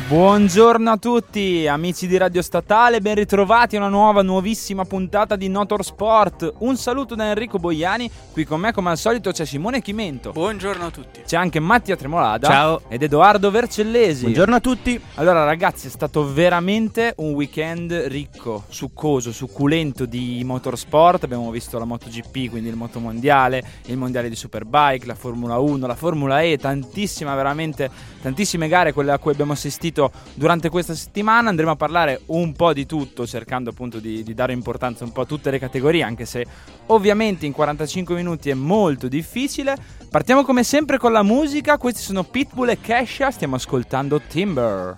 Buongiorno a tutti amici di Radio Statale, ben ritrovati a una nuovissima puntata di Motorsport. Un saluto da Enrico Boiani, qui con me come al solito c'è Simone Chimento. Buongiorno a tutti. C'è anche Mattia Tremolada. Ciao. Ed Edoardo Vercellesi. Buongiorno a tutti. Allora ragazzi, è stato veramente un weekend ricco, succoso, succulento di motorsport. Abbiamo visto la MotoGP, quindi il motomondiale, il mondiale di Superbike, la Formula 1, la Formula E, tantissime gare quelle a cui abbiamo assistito durante questa settimana. Andremo a parlare un po' di tutto, cercando appunto di dare importanza un po' a tutte le categorie, anche se ovviamente in 45 minuti è molto difficile. Partiamo come sempre con la musica. Questi sono Pitbull e Kesha, stiamo ascoltando Timber.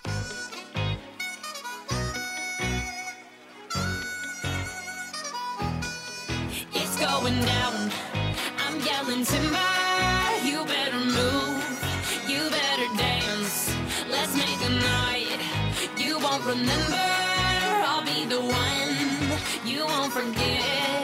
It's going down, I'm yelling timber. You better move, you better dance. Let's make a night you won't remember. I'll be the one you won't forget.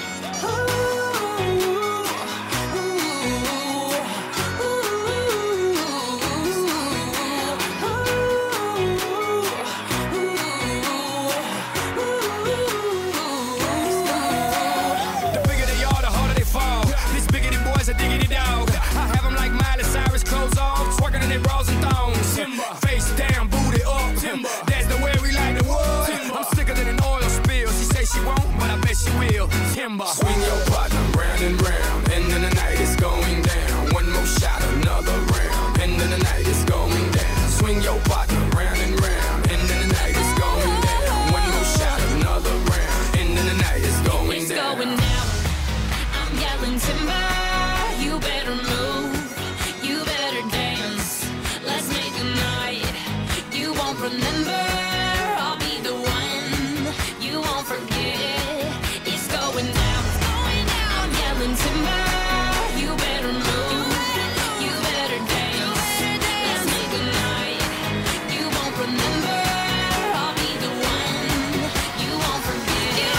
The bigger they are, the harder they fall. These biggity boys are diggity dog. I have them like Miley Cyrus, clothes off, twerking in their bras and thongs. Face down, booty up. That's the way we like the wood. I'm sicker than an oil spill. She say she won't, but I bet she will. Timber. Swing your partner round and round, and then the night is going down. One more shot, another round, and then the night is going down. Swing your partner round and round, and then the night is going down. One more shot, another round, and then the night is going It's down. going down, I'm yelling timber. You better move, you better dance. Let's make a night you won't remember. I'll be the one you won't forget. It's going down, I'm yelling timber. You better move, you better dance. Let's make a night you won't remember. I'll be the one you won't forget.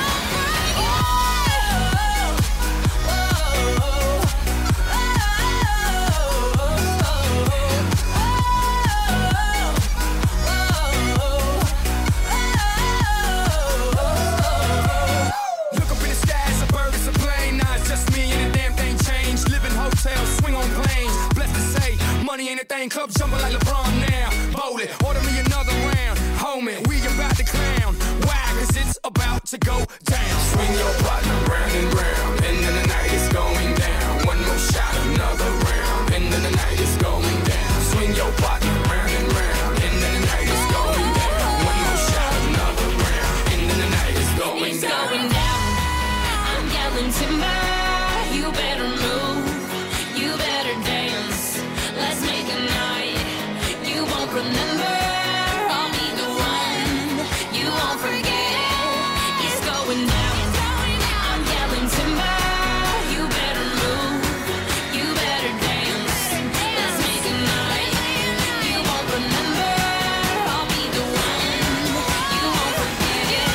Look up in the sky, it's a bird, it's a plane. Nah, it's just me and the damn thing changed. Live in hotels, swing on planes. Blessed to say, money ain't a thing. Club jumping like LeBron now. Bowling, order me another round. Homie, we about to clown. Why? Cause it's about to go down. Swing your partner round and round, and then the night is going down. One more shot, another round, and then the night is going down. Swing your partner round and round, and then the night is going down. One more shot, another round, and then the night is going It's down. going down, I'm yelling timber. You better move, you better dance. Let's make a night you won't remember. I'll be the one you won't forget. It's going down, I'm yelling timber. You better move, you better dance. Let's make a night you won't remember. I'll be the one you won't forget.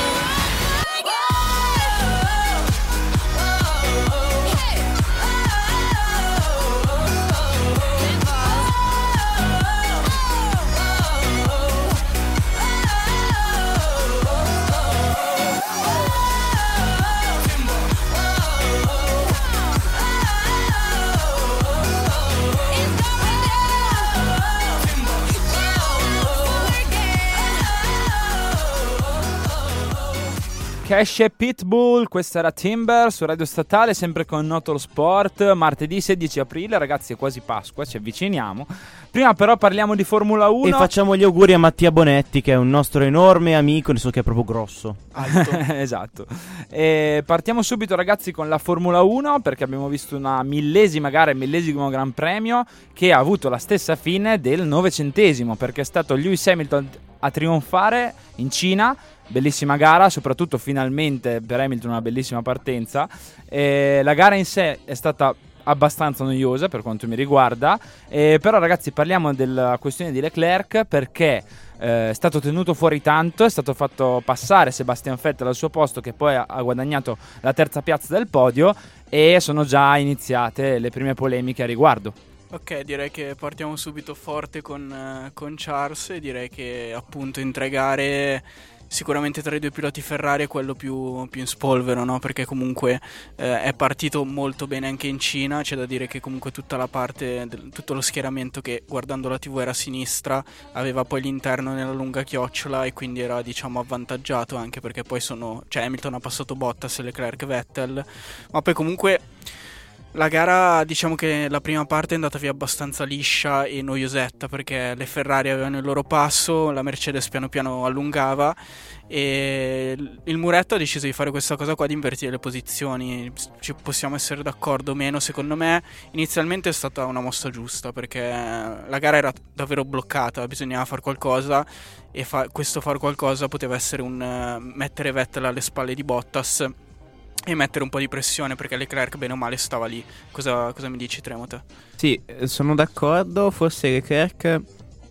Kesha e Pitbull, questa era Timber su Radio Statale, sempre con Motorsport, martedì 16 aprile, ragazzi è quasi Pasqua, ci avviciniamo. Prima però parliamo di Formula 1. E facciamo gli auguri a Mattia Bonetti, che è un nostro enorme amico, ne so che è proprio grosso. Esatto. E partiamo subito ragazzi con la Formula 1, perché abbiamo visto una millesima gara, il millesimo Gran Premio, che ha avuto la stessa fine del 900esimo, perché è stato Lewis Hamilton a trionfare in Cina. Bellissima gara, soprattutto finalmente per Hamilton una bellissima partenza. La gara in sé è stata abbastanza noiosa per quanto mi riguarda, però ragazzi parliamo della questione di Leclerc, perché è stato tenuto fuori tanto, è stato fatto passare Sebastian Vettel al suo posto, che poi ha guadagnato la terza piazza del podio, e sono già iniziate le prime polemiche a riguardo. Ok, direi che partiamo subito forte con Charles, e direi che appunto in 3 gare sicuramente tra i 2 piloti Ferrari è quello più in spolvero, no? Perché comunque è partito molto bene anche in Cina. C'è da dire che comunque tutta la parte, tutto lo schieramento che guardando la TV era a sinistra, aveva poi l'interno nella lunga chiocciola, e quindi era, diciamo, avvantaggiato, anche perché poi Hamilton ha passato Bottas e Leclerc Vettel, ma poi comunque la gara, diciamo che la prima parte è andata via abbastanza liscia e noiosetta, perché le Ferrari avevano il loro passo, la Mercedes piano piano allungava, e il muretto ha deciso di fare questa cosa qua, di invertire le posizioni. Ci possiamo essere d'accordo o meno, secondo me inizialmente è stata una mossa giusta, perché la gara era davvero bloccata, bisognava fare qualcosa, e questo far qualcosa poteva essere un mettere Vettel alle spalle di Bottas e mettere un po' di pressione, perché Leclerc bene o male stava lì. Cosa mi dici, Tremote? Sì, sono d'accordo. Forse Leclerc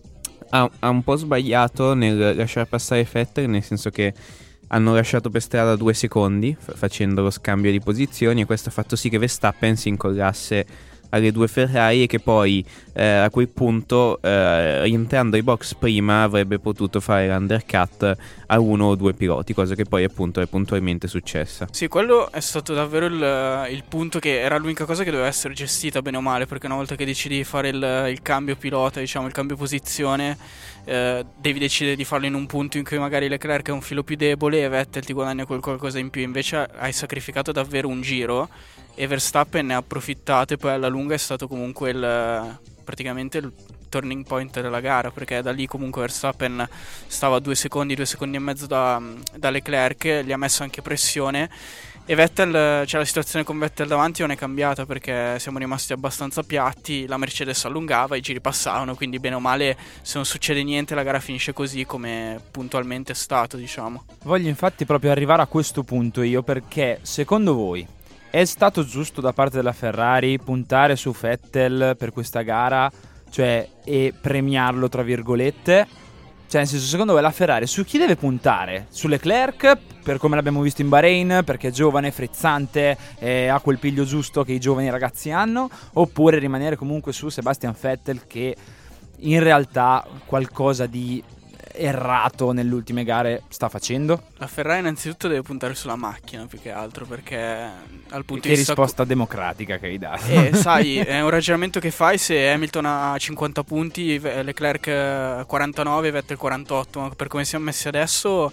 ha un po' sbagliato nel lasciare passare Vettel, nel senso che hanno lasciato per strada 2 secondi facendo lo scambio di posizioni, e questo ha fatto sì che Verstappen si incollasse alle 2 Ferrari, e che poi a quel punto rientrando ai box prima avrebbe potuto fare l'undercut a 1 o 2 piloti, cosa che poi appunto è puntualmente successa. Sì, quello è stato davvero il punto, che era l'unica cosa che doveva essere gestita bene o male, perché una volta che decidi di fare il cambio pilota, diciamo il cambio posizione, devi decidere di farlo in un punto in cui magari Leclerc è un filo più debole e Vettel ti guadagna qualcosa in più. Invece hai sacrificato davvero un giro, e Verstappen ne ha approfittato, e poi alla lunga è stato comunque praticamente il turning point della gara, perché da lì comunque Verstappen stava a 2 secondi e mezzo da Leclerc, gli ha messo anche pressione, e Vettel, la situazione con Vettel davanti non è cambiata, perché siamo rimasti abbastanza piatti, la Mercedes allungava, i giri passavano, quindi bene o male, se non succede niente, la gara finisce così come puntualmente è stato, diciamo. Voglio infatti proprio arrivare a questo punto io, perché secondo voi è stato giusto da parte della Ferrari puntare su Vettel per questa gara, cioè, e premiarlo tra virgolette? Cioè, nel senso, secondo voi la Ferrari su chi deve puntare? Su Leclerc, per come l'abbiamo visto in Bahrain, perché è giovane, frizzante, ha quel piglio giusto che i giovani ragazzi hanno? Oppure rimanere comunque su Sebastian Vettel, che in realtà qualcosa di errato nelle ultime gare sta facendo? La Ferrari innanzitutto deve puntare sulla macchina più che altro, perché al punto che di vista risposta democratica che hai dato. Sai, è un ragionamento che fai se Hamilton ha 50 punti, Leclerc 49, Vettel 48, ma per come siamo messi adesso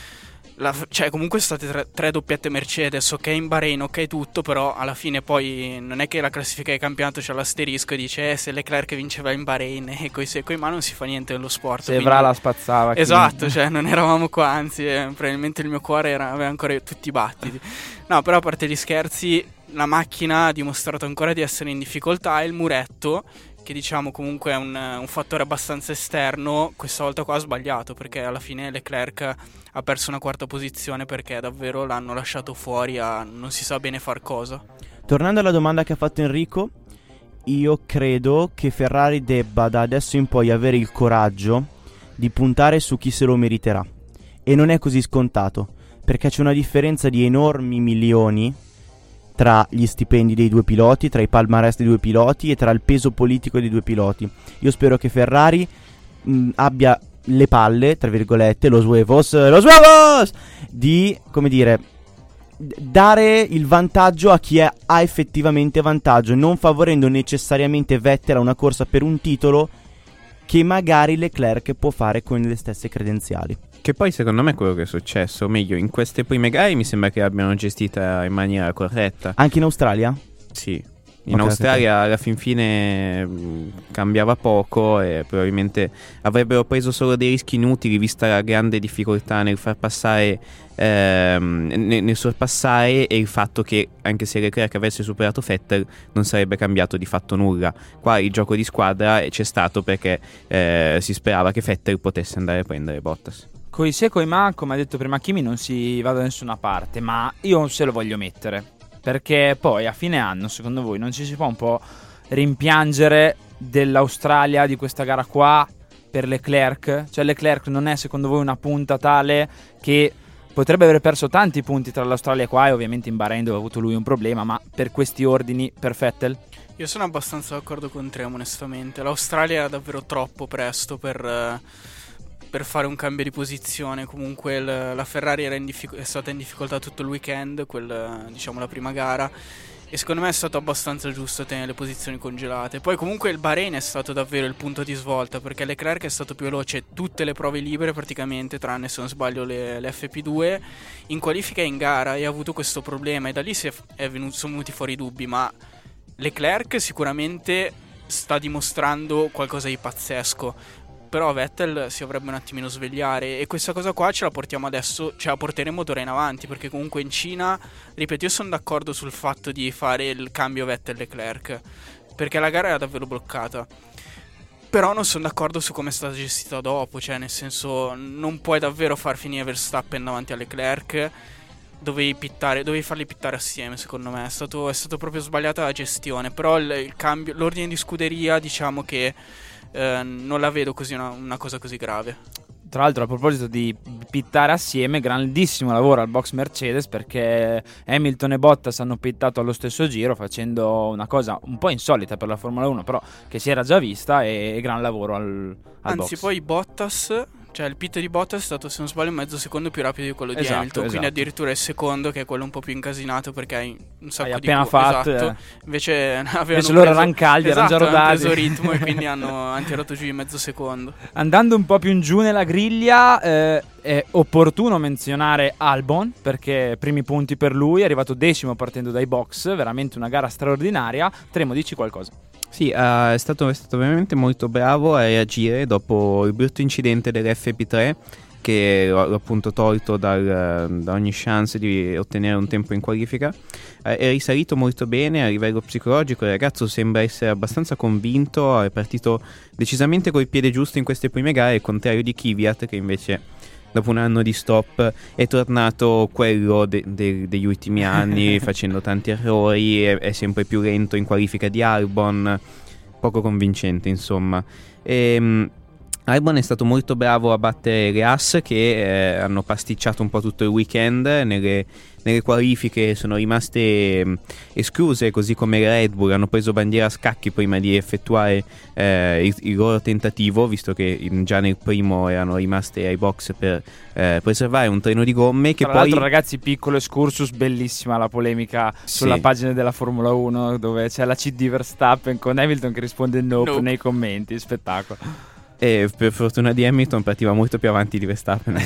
cioè comunque state 3 doppiette Mercedes, ok in Bahrain, ok tutto, però alla fine poi non è che la classifica di campionato c'è l'asterisco e dice se Leclerc vinceva in Bahrain e coi secoli, ma non si fa niente nello sport. Se Evra la spazzava. Esatto, cioè non eravamo qua, anzi probabilmente il mio cuore aveva ancora tutti i battiti. No, però a parte gli scherzi, la macchina ha dimostrato ancora di essere in difficoltà, e il muretto, che diciamo comunque è un fattore abbastanza esterno, questa volta qua ha sbagliato, perché alla fine Leclerc ha perso una 4ª posizione, perché davvero l'hanno lasciato fuori a non si sa bene far cosa. Tornando alla domanda che ha fatto Enrico, io credo che Ferrari debba da adesso in poi avere il coraggio di puntare su chi se lo meriterà, e non è così scontato, perché c'è una differenza di enormi milioni tra gli stipendi dei 2 piloti, tra i palmarès dei 2 piloti e tra il peso politico dei 2 piloti. Io spero che Ferrari abbia le palle, tra virgolette, los huevos, di, come dire, dare il vantaggio a chi ha effettivamente vantaggio, non favorendo necessariamente Vettel a una corsa per un titolo che magari Leclerc può fare con le stesse credenziali. Che poi secondo me è quello che è successo, o meglio, in queste prime gare mi sembra che l'abbiano gestita in maniera corretta. Anche in Australia? Sì, in Australia alla fin fine cambiava poco, e probabilmente avrebbero preso solo dei rischi inutili, vista la grande difficoltà nel far passare, nel sorpassare, e il fatto che anche se Leclerc avesse superato Vettel non sarebbe cambiato di fatto nulla. Qua il gioco di squadra c'è stato perché si sperava che Vettel potesse andare a prendere Bottas. Coi se coi ma, come ha detto prima Kimi, non si va da nessuna parte, ma io se lo voglio mettere, perché poi a fine anno, secondo voi, non ci si può un po' rimpiangere dell'Australia, di questa gara qua, per Leclerc? Cioè Leclerc non è secondo voi una punta tale che potrebbe aver perso tanti punti tra l'Australia qua e ovviamente in Bahrain, dove ha avuto lui un problema, ma per questi ordini per Vettel? Io sono abbastanza d'accordo con Trem, onestamente. L'Australia era davvero troppo presto per fare un cambio di posizione. Comunque la Ferrari è stata in difficoltà tutto il weekend, diciamo la prima gara, e secondo me è stato abbastanza giusto tenere le posizioni congelate. Poi comunque il Bahrain è stato davvero il punto di svolta, perché Leclerc è stato più veloce tutte le prove libere praticamente, tranne se non sbaglio le FP2, in qualifica e in gara, e ha avuto questo problema, e da lì sono venuti fuori i dubbi. Ma Leclerc sicuramente sta dimostrando qualcosa di pazzesco, però Vettel si dovrebbe un attimino svegliare, e questa cosa qua ce la portiamo adesso, ce la porteremo d'ora in avanti, perché comunque in Cina, ripeto, io sono d'accordo sul fatto di fare il cambio Vettel-Leclerc, perché la gara era davvero bloccata, però non sono d'accordo su come è stata gestita dopo, cioè nel senso non puoi davvero far finire Verstappen davanti a Leclerc. Dovevi farli pittare assieme, secondo me. È stato proprio sbagliata la gestione. Però il cambio, l'ordine di scuderia, diciamo che non la vedo così una cosa così grave. Tra l'altro, a proposito di pittare assieme, grandissimo lavoro al box Mercedes, perché Hamilton e Bottas hanno pittato allo stesso giro, facendo una cosa un po' insolita per la Formula 1, però che si era già vista, e gran lavoro al box. Anzi, poi Bottas, cioè il pit di Bottas è stato, se non sbaglio, mezzo secondo più rapido di quello di Hamilton, quindi addirittura il secondo, che è quello un po' più incasinato, perché hai un sacco di appena fatto, esatto. Invece loro erano caldi, erano già rodati, hanno preso ritmo e quindi hanno tirato giù di mezzo secondo. Andando un po' più in giù nella griglia, è opportuno menzionare Albon, perché primi punti per lui, è arrivato 10° partendo dai box, veramente una gara straordinaria. Tremo, dici qualcosa? Sì, è stato veramente molto bravo a reagire dopo il brutto incidente dell'FP3, che l'ho appunto tolto da ogni chance di ottenere un tempo in qualifica. È risalito molto bene a livello psicologico, il ragazzo sembra essere abbastanza convinto, è partito decisamente col piede giusto in queste prime gare, al contrario di Kvyat, che invece dopo un anno di stop è tornato quello degli ultimi anni, facendo tanti errori, è sempre più lento in qualifica di Albon, poco convincente insomma. Albon è stato molto bravo a battere le Haas, che hanno pasticciato un po' tutto il weekend. Nelle qualifiche sono rimaste escluse, così come le Red Bull hanno preso bandiera a scacchi prima di effettuare il loro tentativo, visto che già nel primo erano rimaste ai box per preservare un treno di gomme. Che tra poi, l'altro, ragazzi, piccolo excursus, bellissima la polemica sulla pagina della Formula 1, dove c'è la C di Verstappen con Hamilton che risponde nope nei commenti, spettacolo. E per fortuna di Hamilton partiva molto più avanti di Verstappen,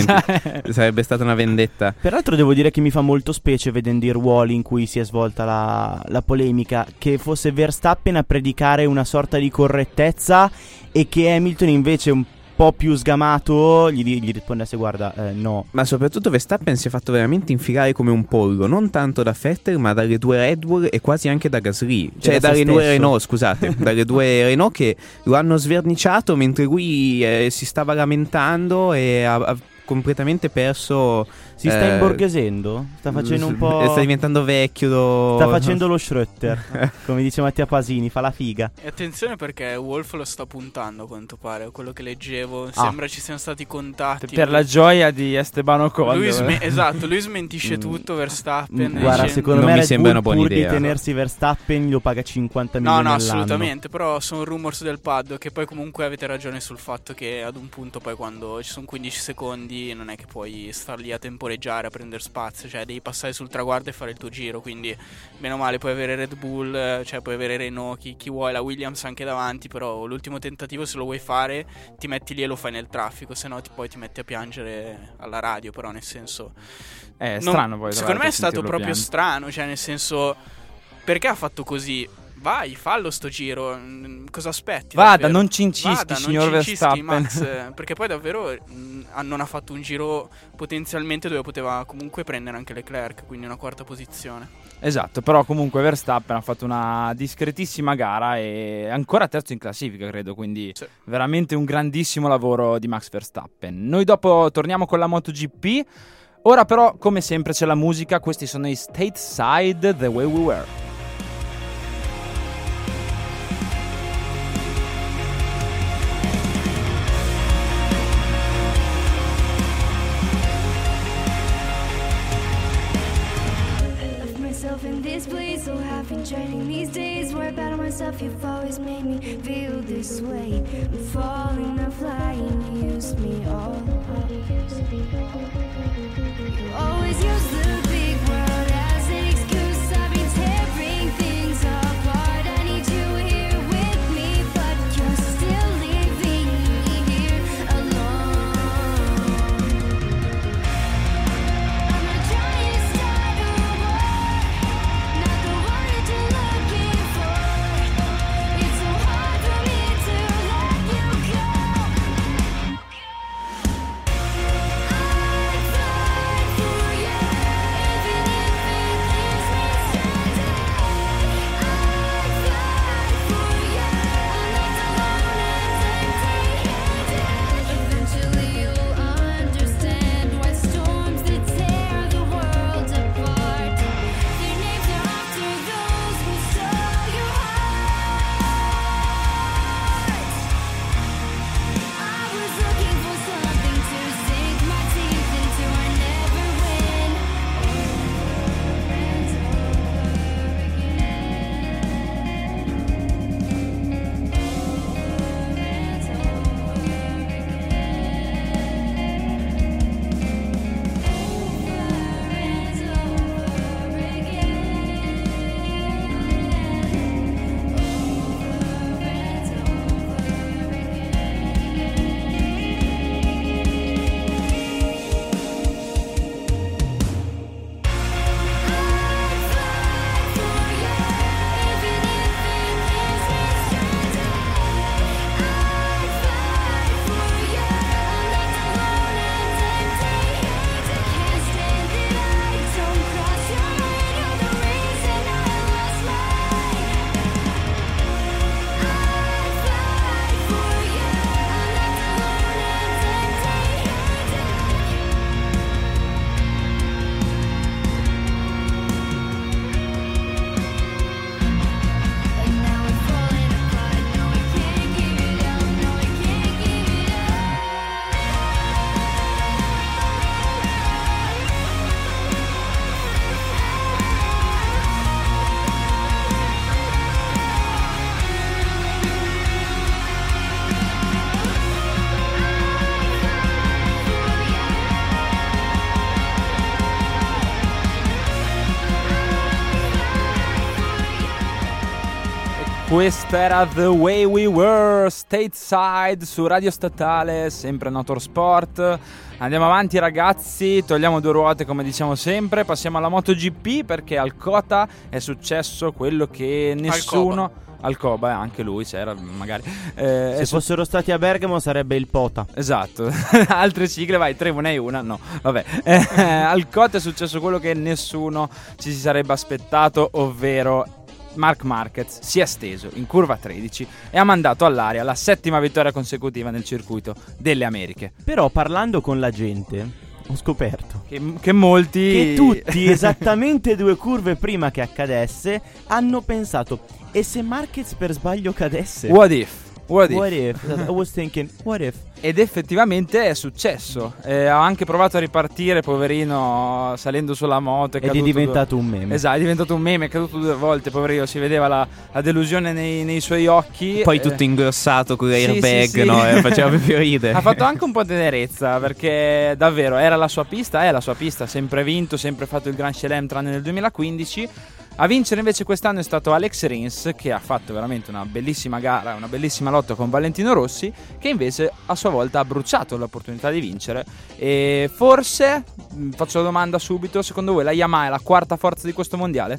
sarebbe stata una vendetta. Peraltro devo dire che mi fa molto specie, vedendo i ruoli in cui si è svolta la polemica, che fosse Verstappen a predicare una sorta di correttezza e che Hamilton invece un po' più sgamato gli rispondesse guarda no. Ma soprattutto Verstappen si è fatto veramente infilare come un pollo, non tanto da Vettel ma dalle due Red Bull e quasi anche da Gasly, cioè dalle due Renault, scusate, dalle due Renault, che lo hanno sverniciato mentre lui si stava lamentando e ha completamente perso. Si sta imborghesendo? Sta facendo un po'. Sta diventando vecchio. Sta facendo lo Schröter, come dice Mattia Pasini, fa la figa. E attenzione, perché Wolf lo sta puntando, a quanto pare, quello che leggevo. Sembra ci siano stati contatti. Per la gioia di Esteban Ocon. Esatto, lui smentisce tutto Verstappen. Guarda, secondo non me mi sembra una buona pur idea. di tenersi Verstappen lo paga 50 milioni No, all'anno. assolutamente. Però sono rumors del paddock, che poi comunque avete ragione sul fatto che ad un punto, poi quando ci sono 15 secondi, non è che puoi star lì a temporeggiare, a prendere spazio, cioè devi passare sul traguardo e fare il tuo giro. Quindi meno male, puoi avere Red Bull, cioè puoi avere Renault, chi vuoi, la Williams anche davanti, però l'ultimo tentativo, se lo vuoi fare, ti metti lì e lo fai nel traffico, se no poi ti metti a piangere alla radio. Però nel senso è strano, poi secondo me è stato proprio strano, cioè nel senso, perché ha fatto così? Vai, fallo sto giro. Cosa aspetti? Vada, davvero? non cincischi, signor Verstappen. Max, perché poi davvero non ha fatto un giro potenzialmente dove poteva comunque prendere anche Leclerc, quindi una quarta posizione. Esatto, però comunque Verstappen ha fatto una discretissima gara e ancora terzo in classifica, credo, quindi veramente un grandissimo lavoro di Max Verstappen. Noi dopo torniamo con la MotoGP. Ora però, come sempre, c'è la musica. Questi sono i Stateside, The Way We Were. In this place, so I've been dreading these days. We're about myself, you've always made me feel this way. I'm falling, I'm flying, you used me all. You always use the big world as an excuse. I've been tearing things apart. I need you here with me, but you're still leaving me here alone. I'm not trying to start a war, not the one that you're looking for. It's so hard for me to let you go. I'd fight for you, even if it leaves me stranded. I'd fight for you, left alone and empty-handed. Eventually you'll understand why storms that tear the world apart, their names are after those who stole your heart. I was looking for something to sink my teeth into. I never win. Over and over again. Questa era The Way We Were, Stateside su Radio Statale, sempre Motorsport. Andiamo avanti ragazzi, togliamo due ruote come diciamo sempre, passiamo alla MotoGP perché al COTA è successo quello che nessuno... Al Coba, anche lui c'era magari. Se fossero stati a Bergamo sarebbe il Pota. Esatto. Altre sigle, vai, tre, ne hai una? No, vabbè. Al COTA è successo quello che nessuno ci si sarebbe aspettato, ovvero Marc Marquez si è steso in curva 13 e ha mandato all'aria la 7ª vittoria consecutiva nel circuito delle Americhe. Però parlando con la gente ho scoperto che molti... che tutti, esattamente 2 curve prima che accadesse, hanno pensato: e se Marquez per sbaglio cadesse? What if? What if? I was thinking, what if? Ed effettivamente è successo. Ha anche provato a ripartire, poverino, salendo sulla moto. Ed è diventato un meme. Esatto, è diventato un meme, è caduto 2 volte, poverino. Si vedeva la delusione nei suoi occhi. Poi tutto ingrossato con l'airbag, sì. no? Faceva proprio ridere. Ha fatto anche un po' tenerezza, perché davvero era la sua pista, ha sempre vinto, sempre fatto il Grand Chelem tranne nel 2015. A vincere invece quest'anno è stato Alex Rins, che ha fatto veramente una bellissima gara, una bellissima lotta con Valentino Rossi, che invece a sua volta ha bruciato l'opportunità di vincere. E forse, faccio la domanda subito, secondo voi la Yamaha è la 4ª forza di questo mondiale?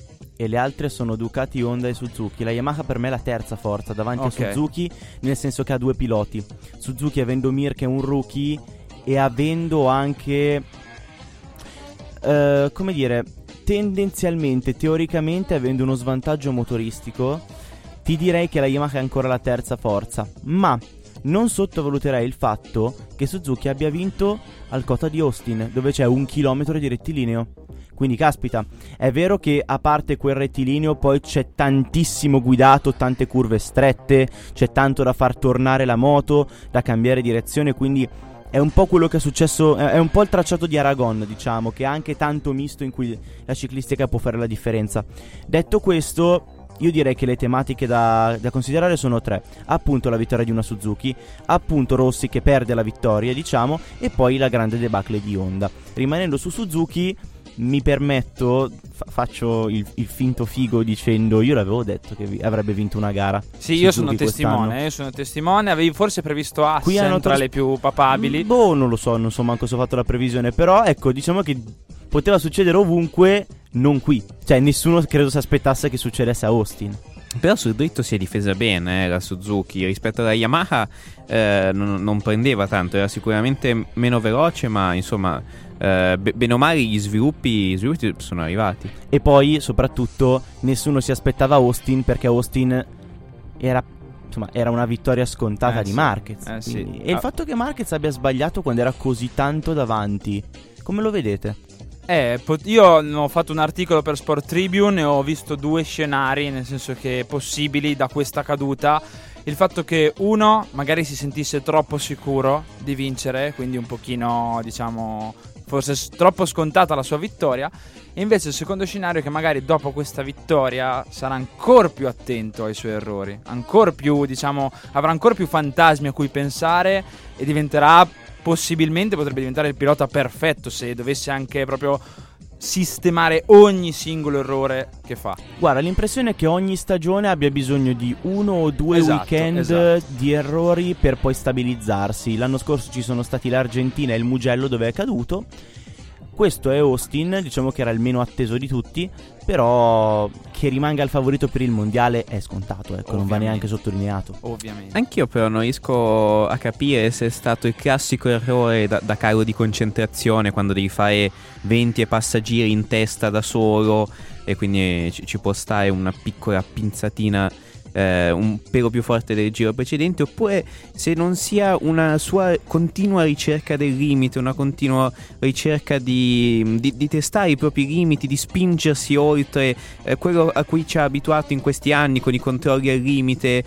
E le altre sono Ducati, Honda e Suzuki. La Yamaha per me è la 3ª forza davanti a Suzuki, nel senso che ha 2 piloti. Suzuki avendo Mir che è un rookie e avendo anche come dire, tendenzialmente, teoricamente, avendo uno svantaggio motoristico, ti direi che la Yamaha è ancora la 3ª forza. Ma non sottovaluterei il fatto che Suzuki abbia vinto al COTA di Austin, dove c'è 1 chilometro di rettilineo. Quindi caspita, è vero che a parte quel rettilineo poi c'è tantissimo guidato, tante curve strette, c'è tanto da far tornare la moto, da cambiare direzione, quindi è un po' quello che è successo, è un po' il tracciato di Aragon, diciamo, che è anche tanto misto in cui la ciclistica può fare la differenza. Detto questo, io direi che le tematiche da considerare sono 3. Appunto la vittoria di una Suzuki, appunto Rossi che perde la vittoria, diciamo, e poi la grande debacle di Honda. Rimanendo su Suzuki, mi permetto, faccio il finto figo dicendo: io l'avevo detto che avrebbe vinto una gara. Sì, io Suzuki quest'anno. sono testimone. Avevi forse previsto Qui Assen hanno tra le più papabili. Boh, non lo so, non so manco se ho fatto la previsione. Però ecco, diciamo che poteva succedere ovunque, non qui. Cioè nessuno credo si aspettasse che succedesse a Austin. Però sul dritto si è difesa bene la Suzuki rispetto alla Yamaha, non prendeva tanto, era sicuramente meno veloce, ma insomma bene o male gli sviluppi sono arrivati. E poi soprattutto nessuno si aspettava Austin, perché Austin era una vittoria scontata di Sì. Marquez. Sì. Quindi- E il fatto che Marquez abbia sbagliato quando era così tanto davanti, come lo vedete? Io ho fatto un articolo per Sport Tribune e ho visto 2 scenari, nel senso che possibili da questa caduta. Il fatto che uno magari si sentisse troppo sicuro di vincere, quindi un pochino, diciamo, forse troppo scontata la sua vittoria. E invece il secondo scenario è che magari dopo questa vittoria sarà ancora più attento ai suoi errori, ancora più, diciamo, avrà ancora più fantasmi a cui pensare e potrebbe diventare il pilota perfetto se dovesse anche proprio sistemare ogni singolo errore che fa. Guarda, l'impressione è che ogni stagione abbia bisogno di 1 o 2 weekend di errori per poi stabilizzarsi. L'anno scorso ci sono stati l'Argentina e il Mugello dove è caduto. Questo è Austin, diciamo che era il meno atteso di tutti, però che rimanga il favorito per il mondiale è scontato, ecco, non va neanche sottolineato. Ovviamente. Anch'io però non riesco a capire se è stato il classico errore da calo di concentrazione, quando devi fare 20 e passa giri in testa da solo e quindi ci può stare una piccola pinzatina un pelo più forte del giro precedente, oppure se non sia una sua continua ricerca del limite, una continua ricerca di testare i propri limiti, di spingersi oltre quello a cui ci ha abituato in questi anni con i controlli al limite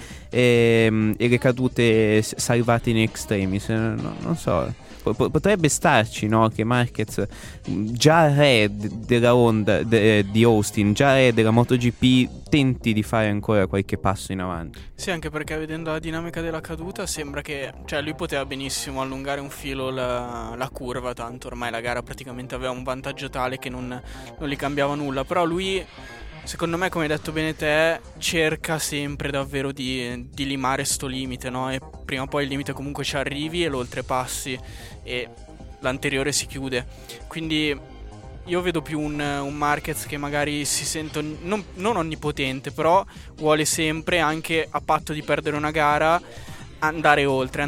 e le cadute salvate in extremis. Non so. Potrebbe starci, no? Che Marquez, già re della Honda di Austin, già re della MotoGP, tenti di fare ancora qualche passo in avanti. Sì, anche perché vedendo la dinamica della caduta sembra che, cioè, lui poteva benissimo allungare un filo la curva, tanto ormai la gara praticamente aveva un vantaggio tale che non gli cambiava nulla. Però lui, secondo me, come hai detto bene te, cerca sempre davvero di limare sto limite, no? E prima o poi il limite comunque ci arrivi e lo oltrepassi e l'anteriore si chiude. Quindi io vedo più un Marquez che magari si sente non onnipotente, però vuole sempre, anche a patto di perdere una gara, andare oltre.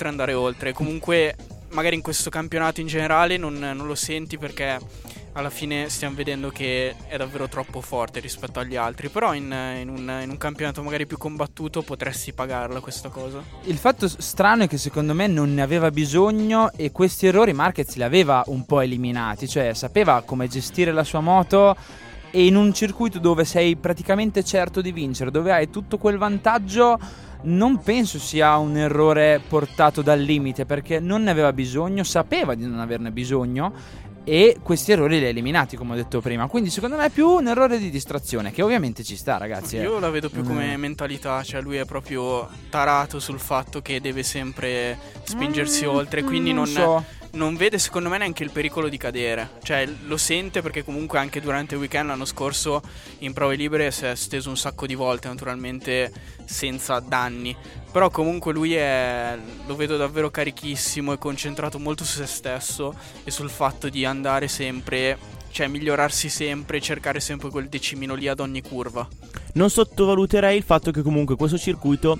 Comunque magari in questo campionato in generale non lo senti, perché alla fine stiamo vedendo che è davvero troppo forte rispetto agli altri. Però in un campionato magari più combattuto potresti pagarla questa cosa. Il fatto strano è che secondo me non ne aveva bisogno, e questi errori Marquez li aveva un po' eliminati, cioè sapeva come gestire la sua moto, e in un circuito dove sei praticamente certo di vincere, dove hai tutto quel vantaggio, non penso sia un errore portato dal limite, perché non ne aveva bisogno, sapeva di non averne bisogno, e questi errori li ha eliminati, come ho detto prima. Quindi secondo me è più un errore di distrazione, che ovviamente ci sta, ragazzi. Io la vedo più come mentalità, cioè lui è proprio tarato sul fatto che deve sempre spingersi oltre, quindi non vede, secondo me, neanche il pericolo di cadere. Cioè lo sente, perché comunque anche durante il weekend l'anno scorso in prove libere si è steso un sacco di volte, naturalmente senza danni. Però comunque lui lo vedo davvero carichissimo e concentrato molto su se stesso e sul fatto di andare sempre, cioè migliorarsi sempre, cercare sempre quel decimino lì ad ogni curva. Non sottovaluterei il fatto che comunque questo circuito,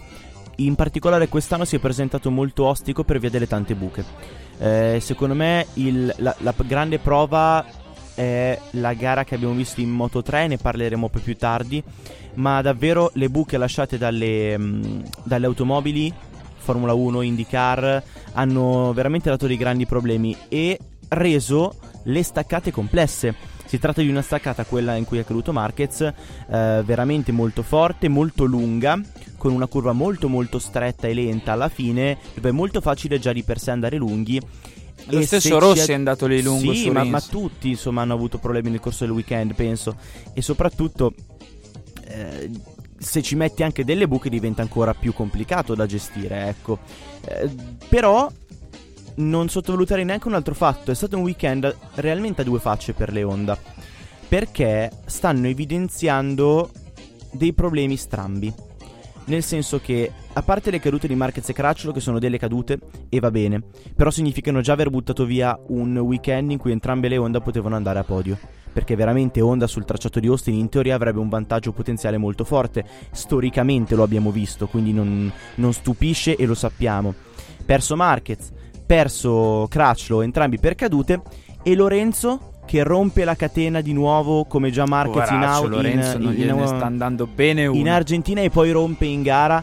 in particolare quest'anno, si è presentato molto ostico per via delle tante buche. Secondo me la grande prova è la gara che abbiamo visto in Moto3, ne parleremo poi più tardi, ma davvero le buche lasciate dalle automobili Formula 1, IndyCar hanno veramente dato dei grandi problemi e reso le staccate complesse. Si tratta di una staccata, quella in cui è caduto Marquez, veramente molto forte, molto lunga, con una curva molto molto stretta e lenta alla fine, dove è molto facile già di per sé andare lunghi. Lo stesso Rossi è andato lì lungo. Sì, su ma Rins. tutti insomma hanno avuto problemi nel corso del weekend, penso. E soprattutto se ci metti anche delle buche diventa ancora più complicato da gestire, ecco. Però non sottovalutare neanche un altro fatto: è stato un weekend realmente a due facce per le Honda, perché stanno evidenziando dei problemi strambi. Nel senso che, a parte le cadute di Marquez e Crutchlow, che sono delle cadute, e va bene, però significano già aver buttato via un weekend in cui entrambe le Honda potevano andare a podio. Perché veramente Honda sul tracciato di Austin in teoria avrebbe un vantaggio potenziale molto forte. Storicamente lo abbiamo visto, quindi non stupisce e lo sappiamo. Perso Marquez, perso Crutchlow, entrambi per cadute, e Lorenzo che rompe la catena di nuovo come già Marquez Lorenzo non gliene sta andando bene in Argentina, e poi rompe in gara.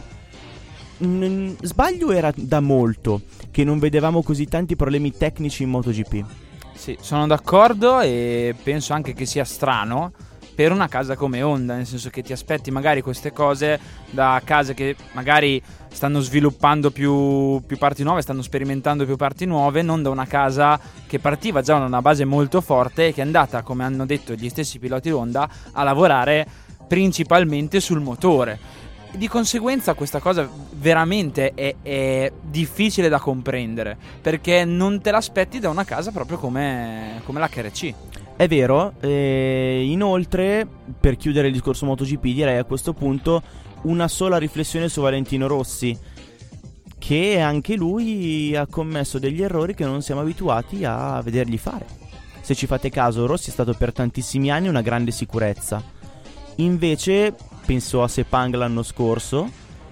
Sbaglio, era da molto che non vedevamo così tanti problemi tecnici in MotoGP. Sì, sono d'accordo, e penso anche che sia strano per una casa come Honda, nel senso che ti aspetti magari queste cose da case che magari stanno sviluppando più parti nuove, stanno sperimentando più parti nuove, non da una casa che partiva già da una base molto forte e che è andata, come hanno detto gli stessi piloti Honda, a lavorare principalmente sul motore. Di conseguenza questa cosa veramente è difficile da comprendere, perché non te l'aspetti da una casa proprio come l'HRC. È vero, inoltre, per chiudere il discorso MotoGP, direi a questo punto una sola riflessione su Valentino Rossi, che anche lui ha commesso degli errori che non siamo abituati a vedergli fare. Se ci fate caso, Rossi è stato per tantissimi anni una grande sicurezza. Invece, penso a Sepang l'anno scorso,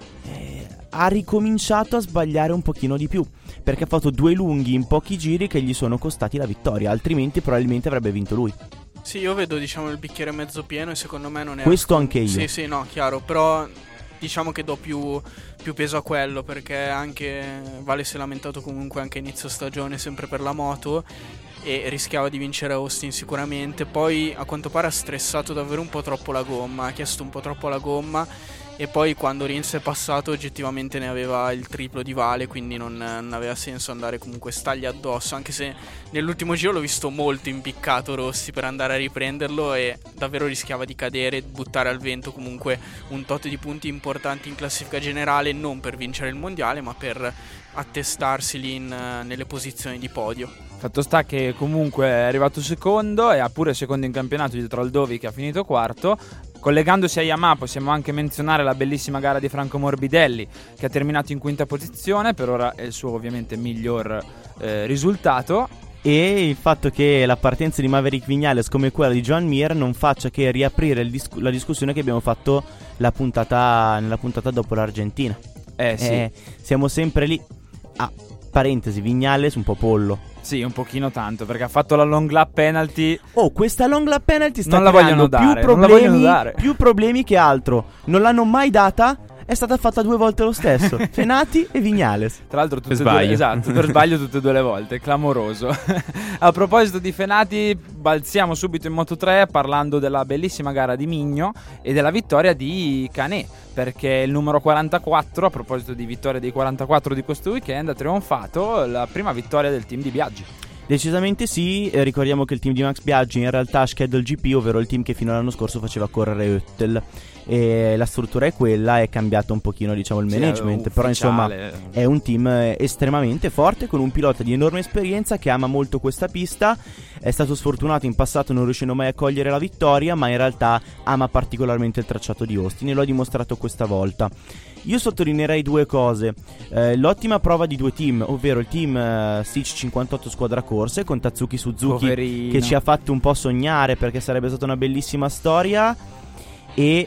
ha ricominciato a sbagliare un pochino di più, perché ha fatto due lunghi in pochi giri che gli sono costati la vittoria, altrimenti probabilmente avrebbe vinto lui. Sì, io vedo, diciamo, il bicchiere mezzo pieno, e secondo me non è questo anche io. Sì, sì, no, chiaro, però diciamo che do più peso a quello, perché anche Vale si è lamentato comunque anche a inizio stagione sempre per la moto, e rischiava di vincere Austin sicuramente. Poi a quanto pare ha stressato davvero un po' troppo la gomma, ha chiesto un po' troppo la gomma, e poi quando Rins è passato oggettivamente ne aveva il triplo di Vale, quindi non aveva senso andare comunque stagli addosso, anche se nell'ultimo giro l'ho visto molto impiccato Rossi per andare a riprenderlo, e davvero rischiava di cadere, buttare al vento comunque un tot di punti importanti in classifica generale, non per vincere il mondiale ma per attestarsi lì nelle posizioni di podio. Fatto sta che comunque è arrivato secondo, e ha pure secondo in campionato dietro al Dovi, che ha finito quarto. Collegandosi a Yamaha possiamo anche menzionare la bellissima gara di Franco Morbidelli, che ha terminato in quinta posizione, per ora è il suo ovviamente miglior risultato. E il fatto che la partenza di Maverick Viñales come quella di Joan Mir non faccia che riaprire la discussione che abbiamo fatto nella puntata dopo l'Argentina. Sì. Siamo sempre lì. Parentesi, Viñales un po' pollo. Sì, un pochino tanto, perché ha fatto la long lap penalty. Oh, questa long lap penalty sta non la vogliono creando dare, più problemi che altro. Non l'hanno mai data. È stata fatta due volte lo stesso. Fenati e Viñales. Tra l'altro tutte Per sbaglio. Esatto, per sbaglio tutte e due le volte. Clamoroso. A proposito di Fenati, balziamo subito in Moto3 parlando della bellissima gara di Migno e della vittoria di Canet, perché il numero 44, a proposito di vittoria dei 44 di questo weekend, ha trionfato, la prima vittoria del team di Biaggi. Decisamente sì, ricordiamo che il team di Max Biaggi in realtà Schedule GP, ovvero il team che fino all'anno scorso faceva correre Oettel, e la struttura è quella, è cambiato un pochino diciamo il management, però insomma è un team estremamente forte con un pilota di enorme esperienza che ama molto questa pista. È stato sfortunato in passato non riuscendo mai a cogliere la vittoria, ma in realtà ama particolarmente il tracciato di Austin e lo ha dimostrato questa volta. Io sottolineerei due cose. L'ottima prova di due team, ovvero il team Sic 58 Squadra Corse con Tatsuki Suzuki, Poverino, che ci ha fatto un po' sognare perché sarebbe stata una bellissima storia. E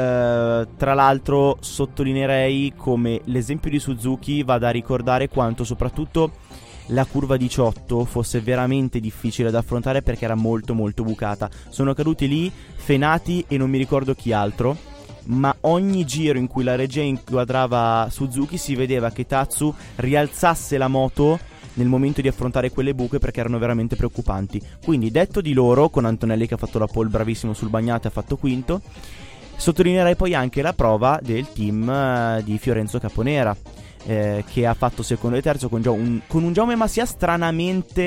tra l'altro sottolineerei come l'esempio di Suzuki vada a ricordare quanto soprattutto la curva 18 fosse veramente difficile da affrontare, perché era molto molto bucata. Sono caduti lì Fenati e non mi ricordo chi altro, ma ogni giro in cui la regia inquadrava Suzuki si vedeva che Tatsu rialzasse la moto nel momento di affrontare quelle buche, perché erano veramente preoccupanti. Quindi detto di loro, con Antonelli che ha fatto la pole bravissimo sul bagnato e ha fatto quinto, sottolineerei poi anche la prova del team di Fiorenzo Caponera, che ha fatto secondo e terzo con un Jaume Masia stranamente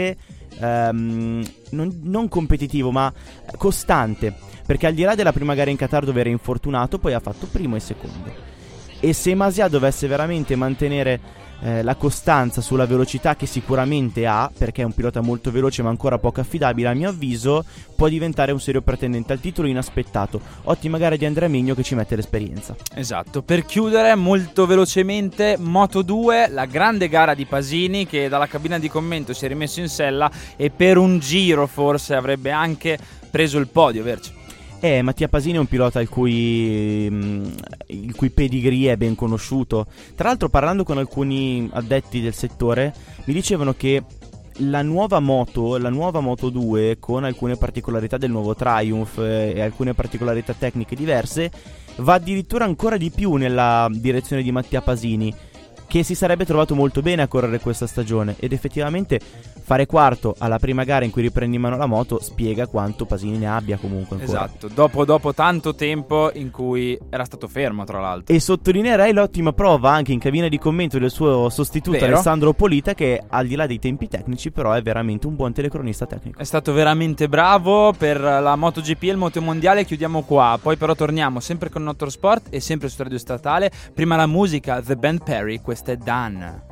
non competitivo ma costante, perché al di là della prima gara in Qatar dove era infortunato, poi ha fatto primo e secondo. E se Masia dovesse veramente mantenere la costanza sulla velocità che sicuramente ha, perché è un pilota molto veloce ma ancora poco affidabile, a mio avviso può diventare un serio pretendente al titolo inaspettato. Ottima gara di Andrea Migno che ci mette l'esperienza. Esatto, per chiudere molto velocemente Moto2, la grande gara di Pasini che dalla cabina di commento si è rimesso in sella e per un giro forse avrebbe anche preso il podio, Verci. Mattia Pasini è un pilota il cui pedigree è ben conosciuto. Tra l'altro, parlando con alcuni addetti del settore, mi dicevano che la nuova moto 2, con alcune particolarità del nuovo Triumph e alcune particolarità tecniche diverse, va addirittura ancora di più nella direzione di Mattia Pasini, che si sarebbe trovato molto bene a correre questa stagione, ed effettivamente fare quarto alla prima gara in cui riprendi in mano la moto spiega quanto Pasini ne abbia comunque ancora. Esatto, dopo tanto tempo in cui era stato fermo, tra l'altro. E sottolineerei l'ottima prova anche in cabina di commento del suo sostituto Vero. Alessandro Polita, che al di là dei tempi tecnici però è veramente un buon telecronista tecnico. È stato veramente bravo per la MotoGP e il Motomondiale. Chiudiamo qua, poi però torniamo sempre con Motorsport e sempre su Radio Statale. Prima la musica, The Band Perry, questa è Dan.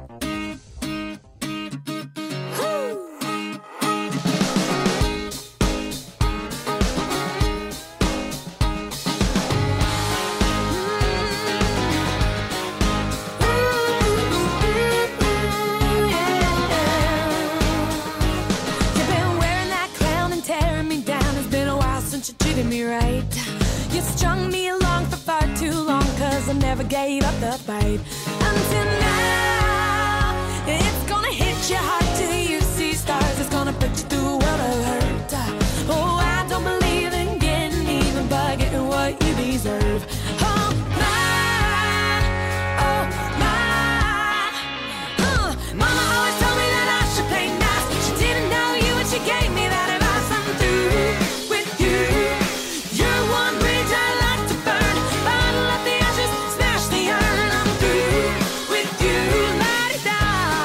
You've been wearing that crown and tearing me down. It's been a while since you treated me right. You strung me along for far too long, 'cause I never gave up the fight. Until now, it's gonna hit you hard till you see stars. It's gonna put you through a world of hurt. Oh, I don't believe in getting even, but getting what you deserve. Oh my, oh my. Mama always told me that I should play nice. She didn't know you and she gave me that advice. I'm through with you. You're one bridge I like to burn. Bottle up the ashes, smash the urn. I'm through with you, la-di-da.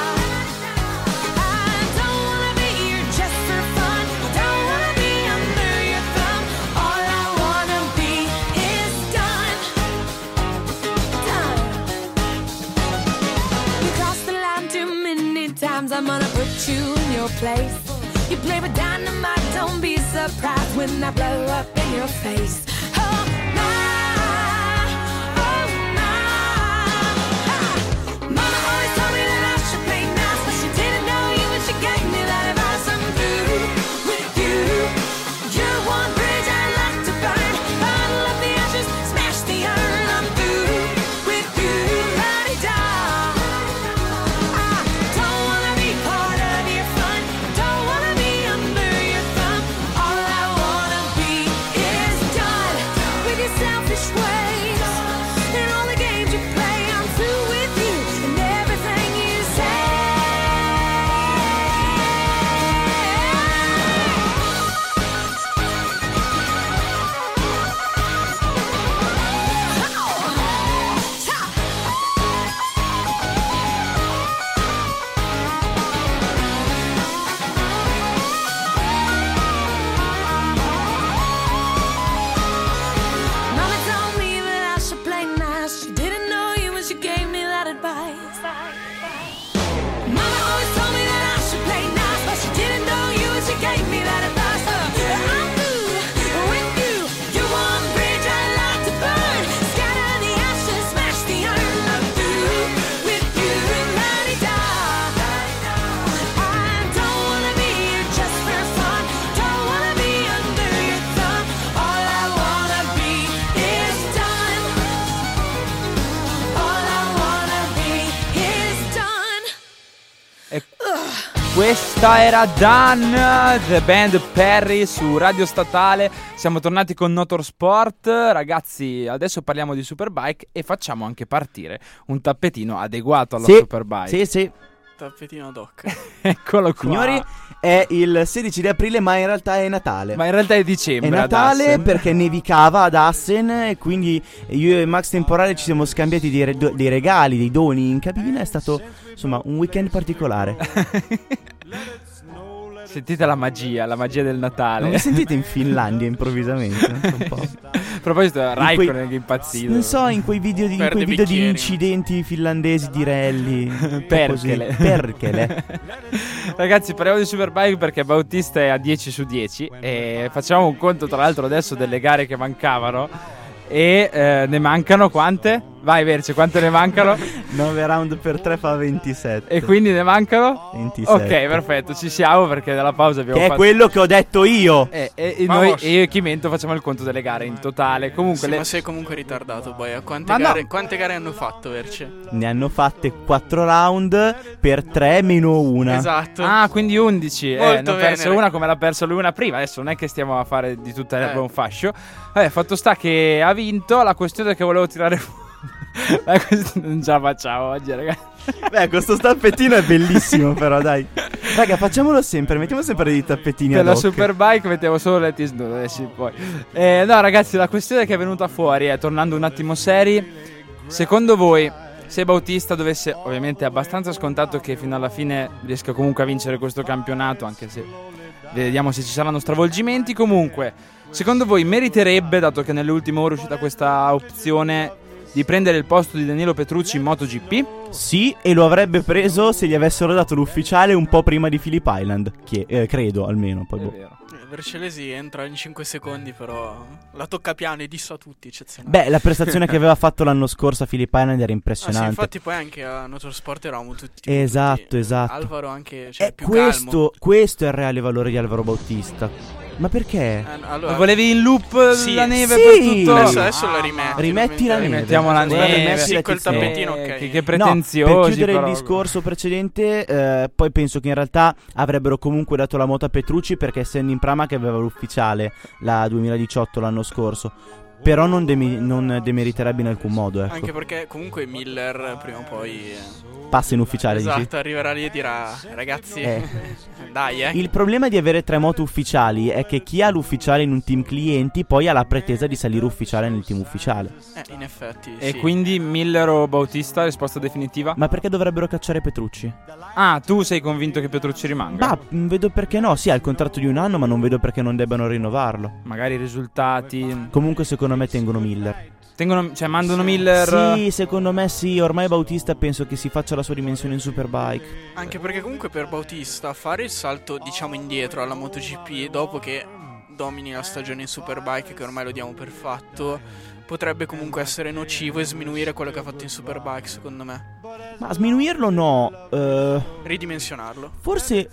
I don't wanna be here just for fun. I don't wanna be under your thumb. All I wanna be is done. Done. You crossed the line too many times, I'm gonna put you in your place. You play with dynamite, don't be surprised when I blow up in your face. Oh my, oh my. Mama always told me that I should play nice, but she didn't know you and she gave me that advice. I'm through with you. You're one bridge I like to burn. Bottle up the ashes, smash the urn. I'm through with you, la-di-da. I don't wanna be part of your fun. Don't wanna be under your thumb. All I wanna be is done with your selfish ways and all the games you play. I'm through with you and everything you say. Mama told me that I should play nice. She didn't know you when she gave me that advice. Mama always told me that I should play nice, but she didn't know you when she gave me that advice. I'm through with you. You're one bridge I like to burn. Scatter the ashes, smash the urn. I'm through with you, la-di-da. I don't wanna be here just for fun. Don't wanna be under your thumb. All I wanna be is done. All I wanna be is done. Questa era Dan, The Band Perry su Radio Statale. Siamo tornati con Motorsport. Ragazzi, adesso parliamo di Superbike e facciamo anche partire un tappetino adeguato alla Superbike. Sì. Tappetino doc. Eccolo qua. Signori, è il 16 di aprile, ma in realtà è Natale. Ma in realtà è dicembre. È ad Natale Assen. perché nevicava ad Assen e quindi io e Max Temporale ci siamo scambiati dei regali, dei doni in cabina. È stato insomma un weekend particolare. Sentite la magia del Natale. Non vi sentite in Finlandia improvvisamente? Un po'. A proposito, Raikkonen che è impazzito. Non so, in quei video di, Perde quei video di bicchieri. incidenti finlandesi di rally. Perkele. Così. Perkele. Ragazzi, parliamo di Superbike perché Bautista è a 10 su 10 e facciamo un conto tra l'altro adesso delle gare che mancavano e ne mancano quante? Vai Verce, quante ne mancano? 9 round per 3 fa 27. E quindi ne mancano? 27. Ok, perfetto, ci siamo perché dalla pausa abbiamo Che è fatto... quello che ho detto io. E Vamos. noi, io e Chimento facciamo il conto delle gare in totale. Comunque Sì, le... ma sei comunque ritardato, Boia. Ma no. Quante gare hanno fatto, Verce? Ne hanno fatte 4 round per 3 meno 1. Esatto. Ah, quindi 11. Ne Molto ho perso bene. una come l'ha persa lui una prima. Adesso non è che stiamo a fare di tutta l'erba un fascio. Fatto sta che ha vinto. La questione è che volevo tirare fuori. Non ce la facciamo oggi, ragazzi. Beh, questo tappettino è bellissimo, però dai. Raga, facciamolo sempre. Mettiamo sempre dei tappetini Per ad la hoc. Superbike mettiamo solo le T-Snood. Sì, poi. No, ragazzi, la questione che è venuta fuori è, tornando un attimo seri, secondo voi, se Bautista dovesse, ovviamente è abbastanza scontato che fino alla fine riesca comunque a vincere questo campionato, anche se vediamo se ci saranno stravolgimenti, comunque, secondo voi meriterebbe, dato che nelle ultime ore è uscita questa opzione, di prendere il posto di Danilo Petrucci in MotoGP? Sì, e lo avrebbe preso se gli avessero dato l'ufficiale un po' prima di Phillip Island. Credo, almeno. Poi È boh. vero. Vercelesi entra in 5 secondi, però la tocca piano e dissa a tutti, eccezionale. Beh, la prestazione che aveva fatto l'anno scorso a Phillip Island era Ah, sì, impressionante. infatti poi anche a Motorsport eravamo tutti Esatto, esatto. Alvaro anche, cioè, più questo è il reale valore di Alvaro Bautista. Ma perché? calmo. Allora, Ma volevi in loop Sì. la neve Sì. per tutto? adesso la rimetti. Rimetti la neve. Rimettiamo la Guarda, neve. rimetti Sì, la quel tiziana. tappetino, ok. Che No, pretenziosi. per chiudere però. il discorso precedente, poi penso che in realtà avrebbero comunque dato la moto a Petrucci perché essendo in Pramac aveva l'ufficiale la 2018 l'anno scorso. Però non demeriterebbe in alcun modo, ecco. Anche perché comunque Miller prima o poi Passa in ufficiale, dici? esatto, arriverà lì e dirà ragazzi, Eh. dai Il problema di avere 3 moto ufficiali è che chi ha l'ufficiale in un team clienti poi ha la pretesa di salire ufficiale nel team ufficiale. in effetti E sì. quindi Miller o Bautista, risposta definitiva? Ma perché dovrebbero cacciare Petrucci? Ah, tu sei convinto che Petrucci rimanga? Ma vedo perché no, sì, ha il contratto di un anno, ma non vedo perché non debbano rinnovarlo. Magari i risultati. Comunque secondo me tengono Miller. Cioè, mandano Miller. Sì, secondo me sì, ormai Bautista penso che si faccia la sua dimensione in Superbike. Anche perché comunque per Bautista fare il salto diciamo indietro alla MotoGP dopo che domini la stagione in Superbike, che ormai lo diamo per fatto, potrebbe comunque essere nocivo e sminuire quello che ha fatto in Superbike, secondo me. Ma sminuirlo no, Ridimensionarlo. forse,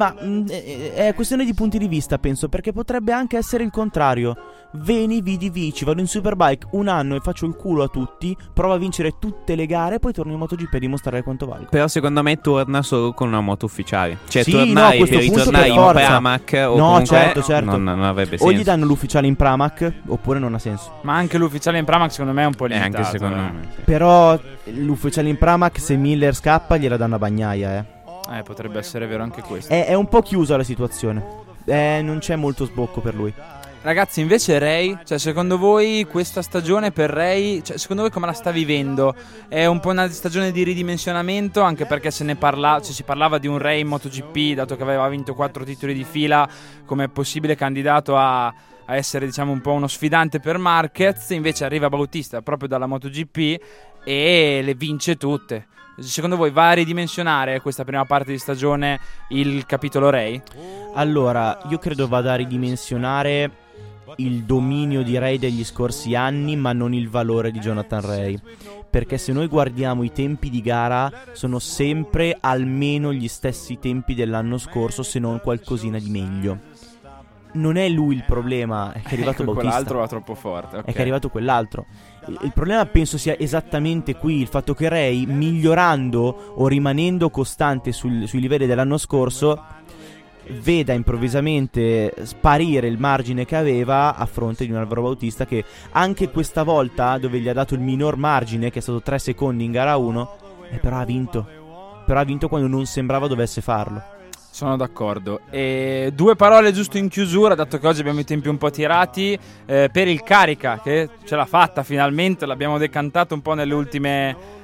è questione di punti di vista penso, perché potrebbe anche essere il contrario. Veni, vidi, vici, vado in Superbike un anno e faccio il culo a tutti, provo a vincere tutte le gare e poi torno in MotoGP a dimostrare quanto valgo. Però secondo me torna solo con una moto ufficiale. Cioè Sì, tornare no, a questo per punto ritornare per in forza. Pramac o No, comunque certo. non avrebbe O senso. gli danno l'ufficiale in Pramac oppure non ha senso. Ma anche l'ufficiale in Pramac secondo me è un po' limitato. Anche secondo me. Sì. Però l'ufficiale in Pramac se Miller scappa gliela danno a Bagnaia, Potrebbe essere vero anche questo. È un po' chiusa la situazione. Non c'è molto sbocco per lui. Ragazzi, invece Ray, cioè secondo voi questa stagione per Ray, cioè secondo voi come la sta vivendo? È un po' una stagione di ridimensionamento, anche perché si parlava di un Ray in MotoGP, dato che aveva vinto 4 titoli di fila come possibile candidato a essere diciamo un po' uno sfidante per Marquez. Invece arriva Bautista proprio dalla MotoGP e le vince tutte. Secondo voi va a ridimensionare questa prima parte di stagione il capitolo Ray? Allora, io credo vada a ridimensionare il dominio di Ray degli scorsi anni, ma non il valore di Jonathan Ray. Perché se noi guardiamo i tempi di gara, sono sempre almeno gli stessi tempi dell'anno scorso, se non qualcosina di meglio. Non è lui il problema, è che è arrivato Bautista. Quell'altro va troppo forte. È che è arrivato quell'altro. Il problema penso sia esattamente qui, il fatto che Ray, migliorando o rimanendo costante sui livelli dell'anno scorso, veda improvvisamente sparire il margine che aveva a fronte di un Alvaro Bautista che anche questa volta, dove gli ha dato il minor margine, che è stato 3 secondi in gara 1, però ha vinto. Però ha vinto quando non sembrava dovesse farlo. Sono d'accordo. E 2 parole giusto in chiusura, dato che oggi abbiamo i tempi un po' tirati, per il Carica che ce l'ha fatta finalmente, l'abbiamo decantato un po' nelle ultime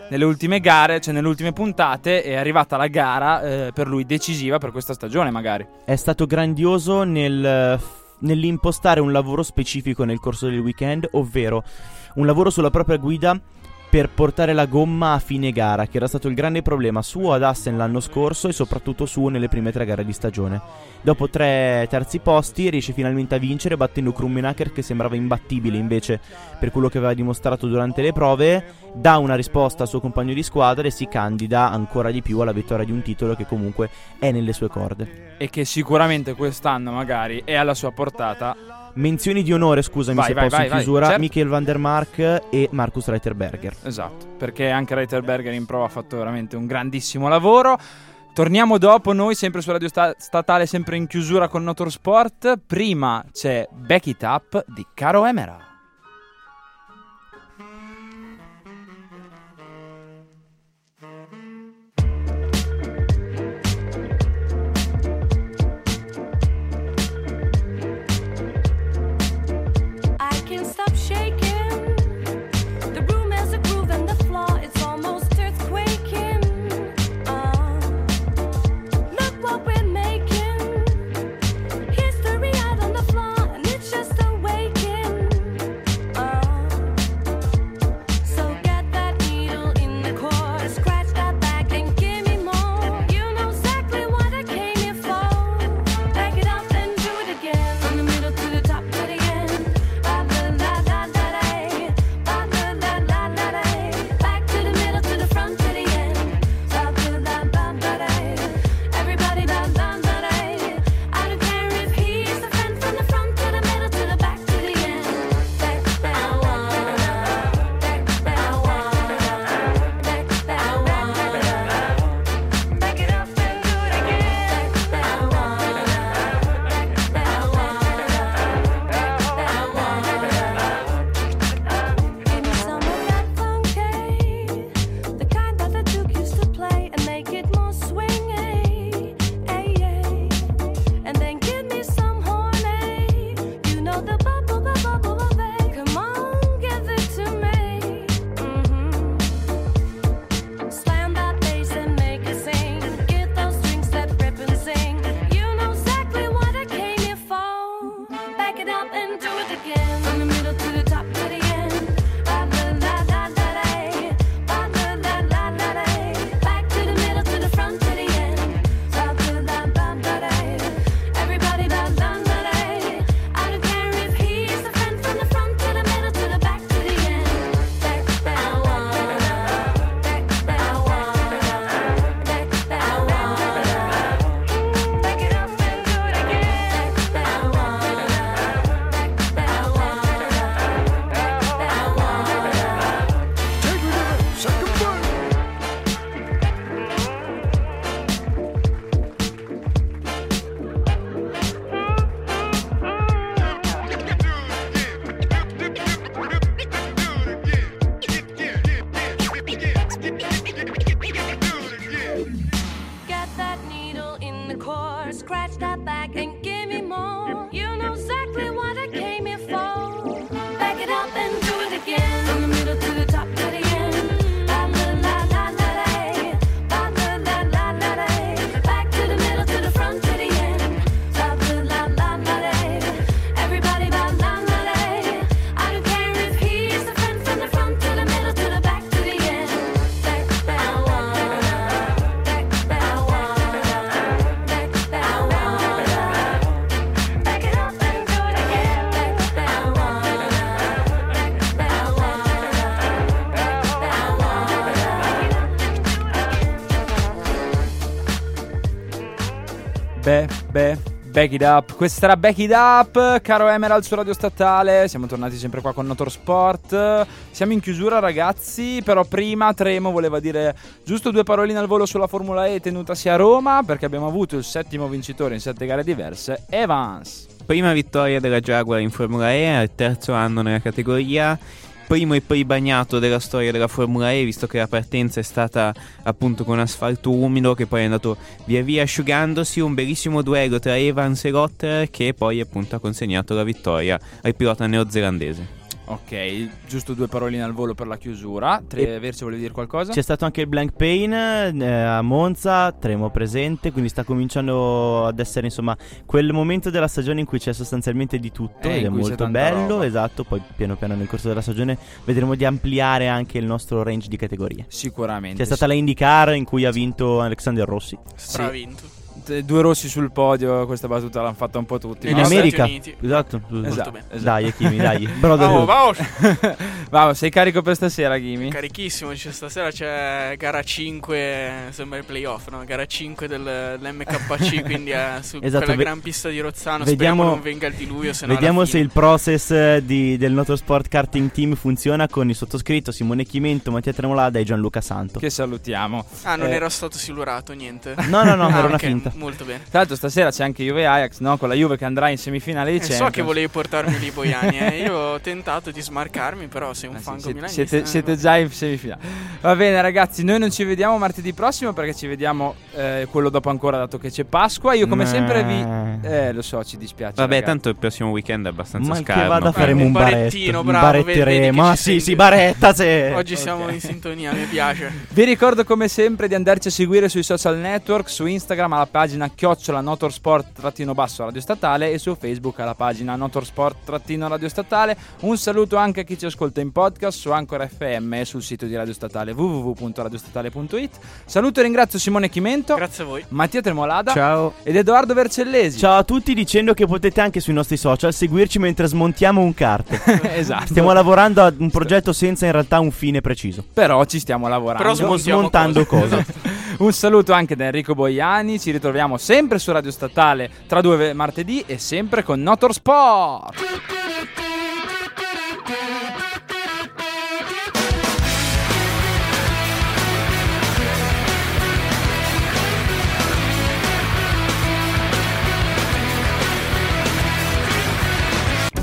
nelle ultime gare, cioè nelle ultime puntate, è arrivata la gara per lui decisiva per questa stagione magari. È stato grandioso nell'impostare un lavoro specifico nel corso del weekend, ovvero un lavoro sulla propria guida per portare la gomma a fine gara, che era stato il grande problema suo ad Assen l'anno scorso e soprattutto suo nelle prime 3 gare di stagione. Dopo 3 terzi posti riesce finalmente a vincere battendo Krummenacher, che sembrava imbattibile invece per quello che aveva dimostrato durante le prove, dà una risposta al suo compagno di squadra e si candida ancora di più alla vittoria di un titolo che comunque è nelle sue corde. E che sicuramente quest'anno magari è alla sua portata. Menzioni di onore, scusami Vai, se vai, posso vai, in vai. chiusura, Certo. Michael van der Mark e Marcus Reiterberger. Esatto, perché anche Reiterberger in prova ha fatto veramente un grandissimo lavoro. Torniamo dopo noi, sempre su Radio Statale, sempre in chiusura con Motorsport. Prima c'è Back It Up di Caro Emera. I can't stop shaking. The room has a groove and the floor it's almost earthquaking. Look what we're making. History out on the floor and it's just awakening. So get that needle in the core, scratch that back and give me more. You know exactly what I came here for. Back it up and do it again. From the middle to the top, do it again. Back to the middle, to the front, to the end. Everybody, I don't care if he's the friend, from the front to the middle, to the back, to the end. Back it up and do it again. Give me some of that funky, the kind that the Duke used to play, and make it more swingy. And then give me some horny, you know the bubble, babe. Come on, give it to me. Slam that bass and make it sing. Get those strings that rip and sing. You know exactly what I came here for. Back it up and do it again. From the middle to the top, to the end. Back to the middle, to the front, to the end. Everybody, I don't care if he's the friend, from the front to the middle, to the back, to the end. Back it up and do it again. Get that needle in the core, scratch that back and give me more. You know exactly what I came here for. Back it up and do it again. From the middle to the top, to the end. Back to the middle, to the front, to the end. Everybody, I don't care if he's the friend, from the front to the middle, to the back, to the end. Back it up and do it Back It Up. Questa era Back It Up, caro Emerald su Radio Statale. Siamo tornati sempre qua con Motorsport. Siamo in chiusura, ragazzi. Però prima Tremo voleva dire giusto 2 paroline al volo sulla Formula E tenutasi a Roma, perché abbiamo avuto il 7° vincitore in 7 gare diverse, Evans. Prima vittoria della Jaguar in Formula E, al 3° anno nella categoria. Primo e poi bagnato della storia della Formula E, visto che la partenza è stata appunto con asfalto umido che poi è andato via via asciugandosi. Un bellissimo duello tra Evans e Lotterer che poi appunto ha consegnato la vittoria al pilota neozelandese. Ok, giusto 2 paroline al volo per la chiusura. Verci, volevi dire qualcosa? C'è stato anche il Blank Pain a Monza, Tremo presente, quindi sta cominciando ad essere insomma quel momento della stagione in cui c'è sostanzialmente di tutto ed in è cui c'è molto tanta bello, roba. esatto, poi piano piano nel corso della stagione vedremo di ampliare anche il nostro range di categorie. Sicuramente. C'è stata la IndyCar in cui ha vinto Alexander Rossi. Stravinto. 2 rossi sul podio, questa battuta l'hanno fatta un po' tutti. E In Negli Stati America. Uniti. Esatto. Molto bene. Dai Kimi, dai. Brotherhood. Vamos. Wow, sei carico per stasera, Ghimi? Carichissimo, stasera c'è gara 5, sembra il playoff, no? Gara 5 dell'MKC, quindi su Esatto, quella gran pista di Rozzano. vediamo- Speriamo non venga il diluvio, se no Vediamo alla se fine. il process del Motorsport Karting Team funziona con il sottoscritto Simone Chimento, Mattia Tremolada e Gianluca Santo. Che salutiamo. Ah, non era stato silurato, niente. No, Ah, era una ok, finta. Molto bene. Tra l'altro stasera c'è anche Juve Ajax, no? Con la Juve che andrà in semifinale di So Champions. che volevi portarmi lì, Boiani. Io ho tentato di smarcarmi, però sei un Sì, fango siete, milanista. siete già in semifinale. Va bene, ragazzi, noi non ci vediamo martedì prossimo perché ci vediamo quello dopo ancora, dato che c'è Pasqua. Io come sempre vi... lo so, ci dispiace. Vabbè, ragazzi. tanto il prossimo weekend è abbastanza Ma che scarno. vada, faremo Un un barettino, bravo, baretteremo. vedi che Ma ci sì, senti. sì, baretta se. Oggi siamo in sintonia, mi piace. Vi ricordo come sempre di andarci a seguire sui social network, su Instagram alla pagina @notorsport_radio statale e su Facebook alla pagina notorsport_radio statale. Un saluto anche a chi ci ascolta in podcast su Anchor FM e sul sito di Radio Statale www.radiostatale.it. Saluto e ringrazio Simone Chimento, Grazie a voi. Mattia Tremolada Ciao. ed Edoardo Vercellesi. Ciao a tutti, dicendo che potete anche sui nostri social seguirci mentre smontiamo un kart. Esatto. Stiamo lavorando a un progetto senza in realtà un fine preciso. Però ci stiamo lavorando. Però Stiamo smontiamo smontando cose. Un saluto anche da Enrico Boiani. Ci ritroviamo sempre su Radio Statale tra 2 martedì e sempre con Notorsport.